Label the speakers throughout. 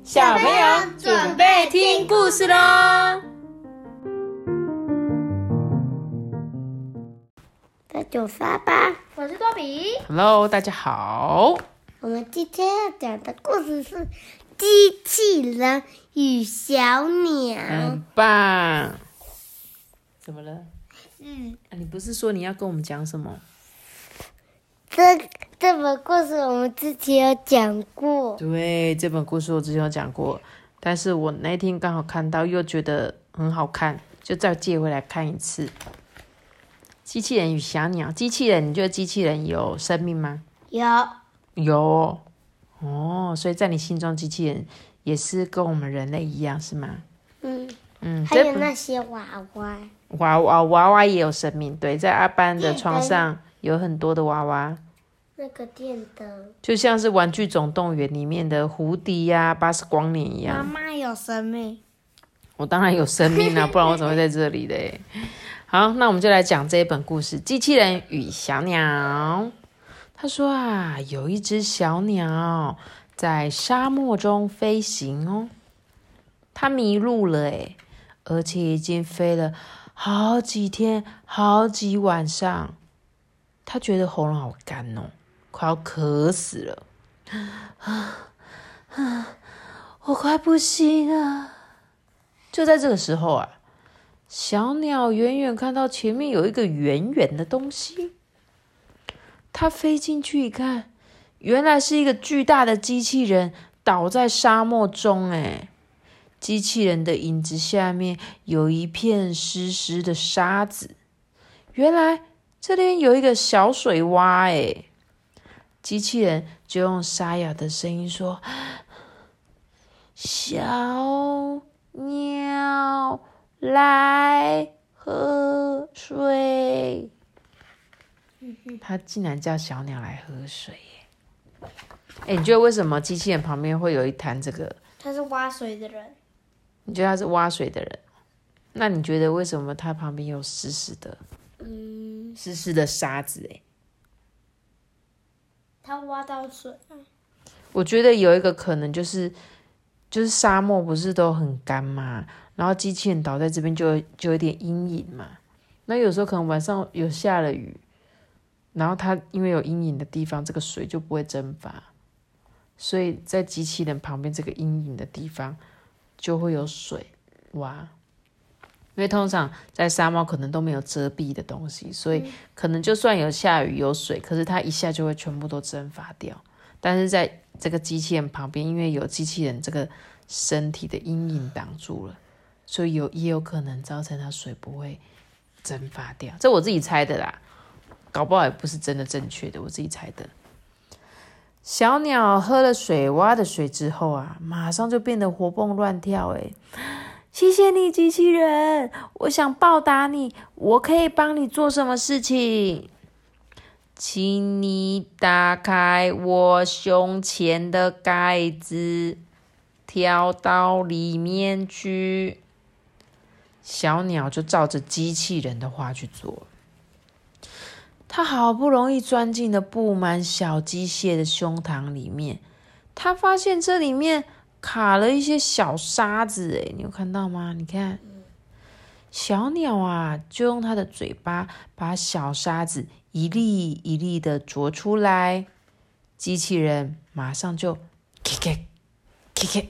Speaker 1: 小朋友准备听故事咯。
Speaker 2: 938，
Speaker 3: 我是多比。
Speaker 1: Hello， 大家好。
Speaker 2: 我们今天要讲的故事是机器人与小鸟。
Speaker 1: 很棒。怎么了？你不是说你要跟我们讲什么？
Speaker 2: 这本故事我们之前有讲过。
Speaker 1: 对，这本故事我之前有讲过，但是我那天刚好看到，又觉得很好看，就再借回来看一次。机器人与小鸟。机器人，你觉得机器人有生命吗？有哦，所以在你心中，机器人也是跟我们人类一样，是吗？
Speaker 2: 还有那些娃娃，
Speaker 1: 娃娃也有生命。对，在阿班的床上有很多的娃娃，
Speaker 2: 那个电灯，
Speaker 1: 就像是《玩具总动员》里面的胡迪呀、巴斯光年一样。
Speaker 2: 妈妈有生命，
Speaker 1: 我当然有生命啊，不然我怎么会在这里嘞？好，那我们就来讲这一本故事《机器人与小鸟》。他说啊，有一只小鸟在沙漠中飞行哦，它迷路了诶，而且已经飞了好几天、好几晚上。它觉得喉咙好干哦，快要渴死了。我快不行了。就在这个时候啊，小鸟远远看到前面有一个圆圆的东西。它飞进去一看，原来是一个巨大的机器人倒在沙漠中诶。机器人的影子下面有一片湿湿的沙子，原来这边有一个小水洼诶。机器人就用沙哑的声音说：小鸟来喝水。他竟然叫小鸟来喝水耶！你觉得为什么机器人旁边会有一滩这个？
Speaker 3: 他是挖水的人。
Speaker 1: 你觉得他是挖水的人？那你觉得为什么他旁边有湿湿的？湿湿的沙子耶？
Speaker 3: 他挖到水啊。
Speaker 1: 我觉得有一个可能就是沙漠不是都很干嘛，然后机器人倒在这边就有点阴影嘛。那有时候可能晚上有下了雨，然后它因为有阴影的地方，这个水就不会蒸发，所以在机器人旁边这个阴影的地方就会有水洼。因为通常在沙漠可能都没有遮蔽的东西，所以可能就算有下雨有水，可是它一下就会全部都蒸发掉。但是在这个机器人旁边，因为有机器人这个身体的阴影挡住了，所以也有可能造成它水不会蒸发掉。这我自己猜的啦，搞不好也不是真的正确的，我自己猜的。小鸟喝了水洼的水之后啊，马上就变得活蹦乱跳诶。谢谢你，机器人，我想报答你，我可以帮你做什么事情？请你打开我胸前的盖子，跳到里面去。小鸟就照着机器人的话去做。它好不容易钻进了布满小机械的胸膛里面，它发现这里面卡了一些小沙子诶，你有看到吗？你看，小鸟啊，就用它的嘴巴把小沙子一粒一粒的啄出来，机器人马上就 kick kick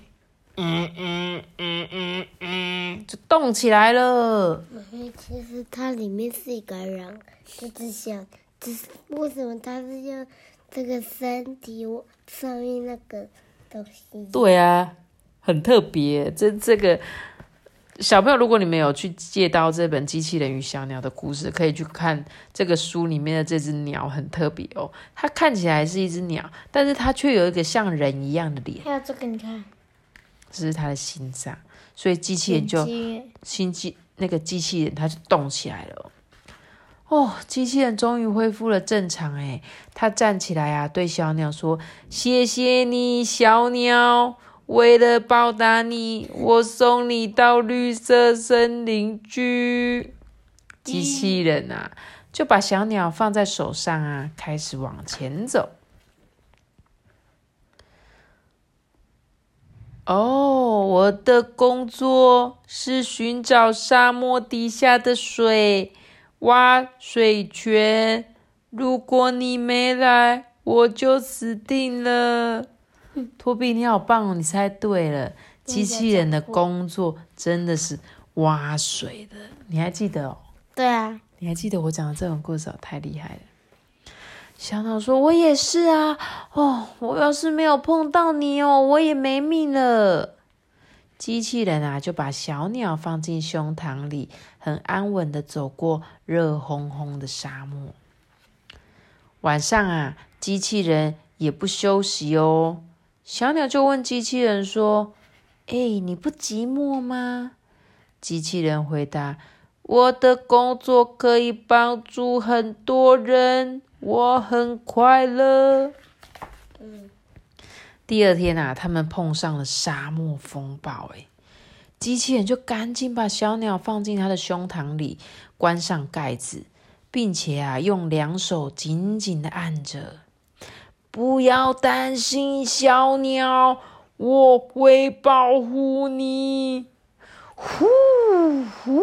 Speaker 1: 就动起来了。
Speaker 2: 其实它里面是一个人，只是为什么它是用这个身体上面那个东西？
Speaker 1: 对啊，很特别。这个小朋友，如果你们有去借到这本《机器人与小鸟》的故事，可以去看这个书里面的这只鸟，很特别哦。它看起来是一只鸟，但是它却有一个像人一样的脸。
Speaker 3: 还有这个，你看，
Speaker 1: 这是它的心脏，所以机器人就那个机器人它就动起来了。机器人终于恢复了正常诶，它站起来啊，对小鸟说：谢谢你，小鸟，为了报答你，我送你到绿色森林去。机器人啊，就把小鸟放在手上啊，开始往前走。 我的工作是寻找沙漠底下的水，挖水泉。如果你没来，我就死定了。托比，你好棒哦，你猜对了。机器人的工作真的是挖水的，你还记得哦？
Speaker 2: 对啊，
Speaker 1: 你还记得我讲的这种故事哦？太厉害了。小鸟说：“我也是啊，我要是没有碰到你哦，我也没命了。”机器人啊，就把小鸟放进胸膛里，很安稳的走过热烘烘的沙漠。晚上啊，机器人也不休息哦。小鸟就问机器人说：“你不寂寞吗？”机器人回答：“我的工作可以帮助很多人，我很快乐。”第二天啊，他们碰上了沙漠风暴，机器人就赶紧把小鸟放进他的胸膛里，关上盖子，并且啊，用两手紧紧的按着。不要担心，小鸟，我会保护你。呼呼，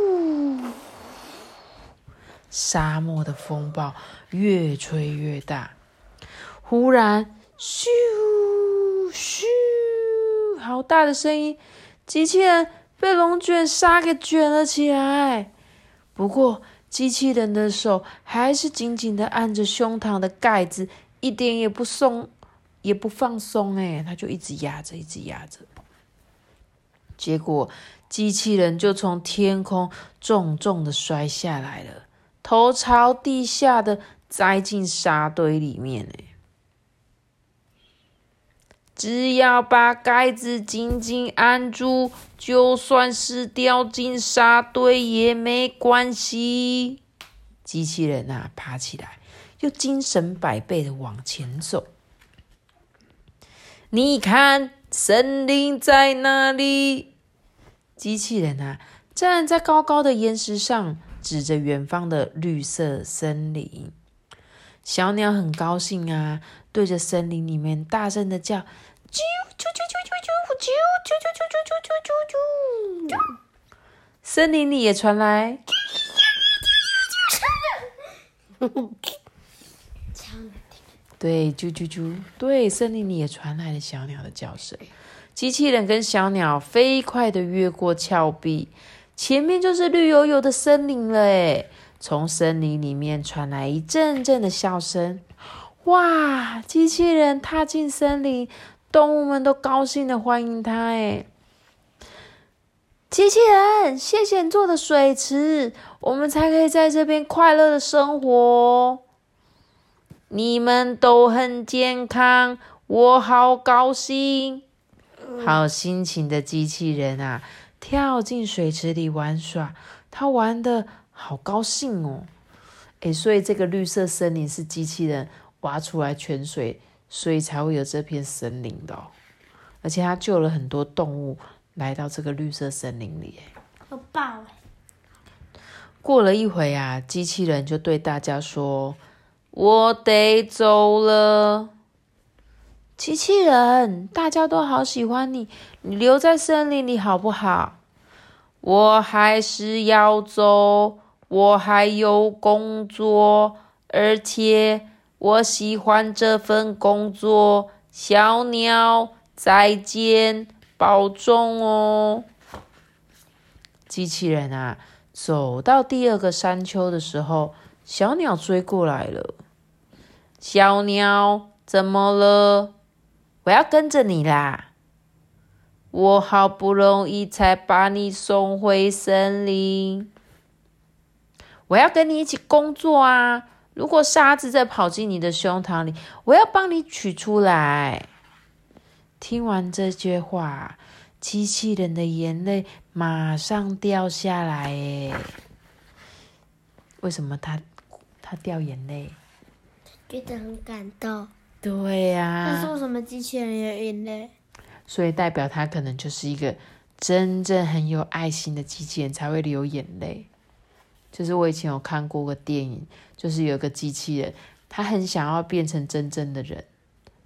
Speaker 1: 沙漠的风暴越吹越大。忽然，咻咻，好大的声音！机器人被龙卷沙给卷了起来。不过，机器人的手还是紧紧的按着胸膛的盖子，一点也不放松。他就一直压着，一直压着。结果，机器人就从天空重重的摔下来了，头朝地下的栽进沙堆里面。只要把盖子紧紧按住，就算是掉进沙堆也没关系。机器人啊，爬起来，又精神百倍的往前走。你看，森林在哪里？机器人啊，站在高高的岩石上，指着远方的绿色森林。小鸟很高兴啊，对着森林里面大声的叫：“啾啾啾啾啾啾啾啾啾啾啾啾啾！”森林里也传来对，啾啾啾，对，森林里也传来了小鸟的叫声。机器人跟小鸟飞快的越过峭壁，前面就是绿油油的森林了。从森林里面传来一阵阵的笑声。哇！机器人踏进森林，动物们都高兴的欢迎他。机器人，谢谢你做的水池，我们才可以在这边快乐的生活。你们都很健康，我好高兴。好心情的机器人啊，跳进水池里玩耍，他玩得好高兴哦。所以这个绿色森林是机器人挖出来泉水，所以才会有这片森林的哦。而且他救了很多动物来到这个绿色森林里。
Speaker 3: 好棒！
Speaker 1: 过了一会啊，机器人就对大家说：“我得走了。”机器人，大家都好喜欢你，你留在森林里好不好？我还是要走，我还有工作，而且我喜欢这份工作。小鸟，再见，保重哦。机器人啊，走到第二个山丘的时候，小鸟追过来了。小鸟，怎么了？我要跟着你啦！我好不容易才把你送回森林，我要跟你一起工作啊！如果沙子再跑进你的胸膛里，我要帮你取出来。听完这句话，机器人的眼泪马上掉下来。为什么他掉眼泪？
Speaker 2: 觉得很感动。
Speaker 1: 对呀，
Speaker 3: 但是为什么机器人有眼泪？
Speaker 1: 所以代表他可能就是一个真正很有爱心的机器人才会流眼泪。就是我以前有看过个电影，就是有个机器人，他很想要变成真正的人，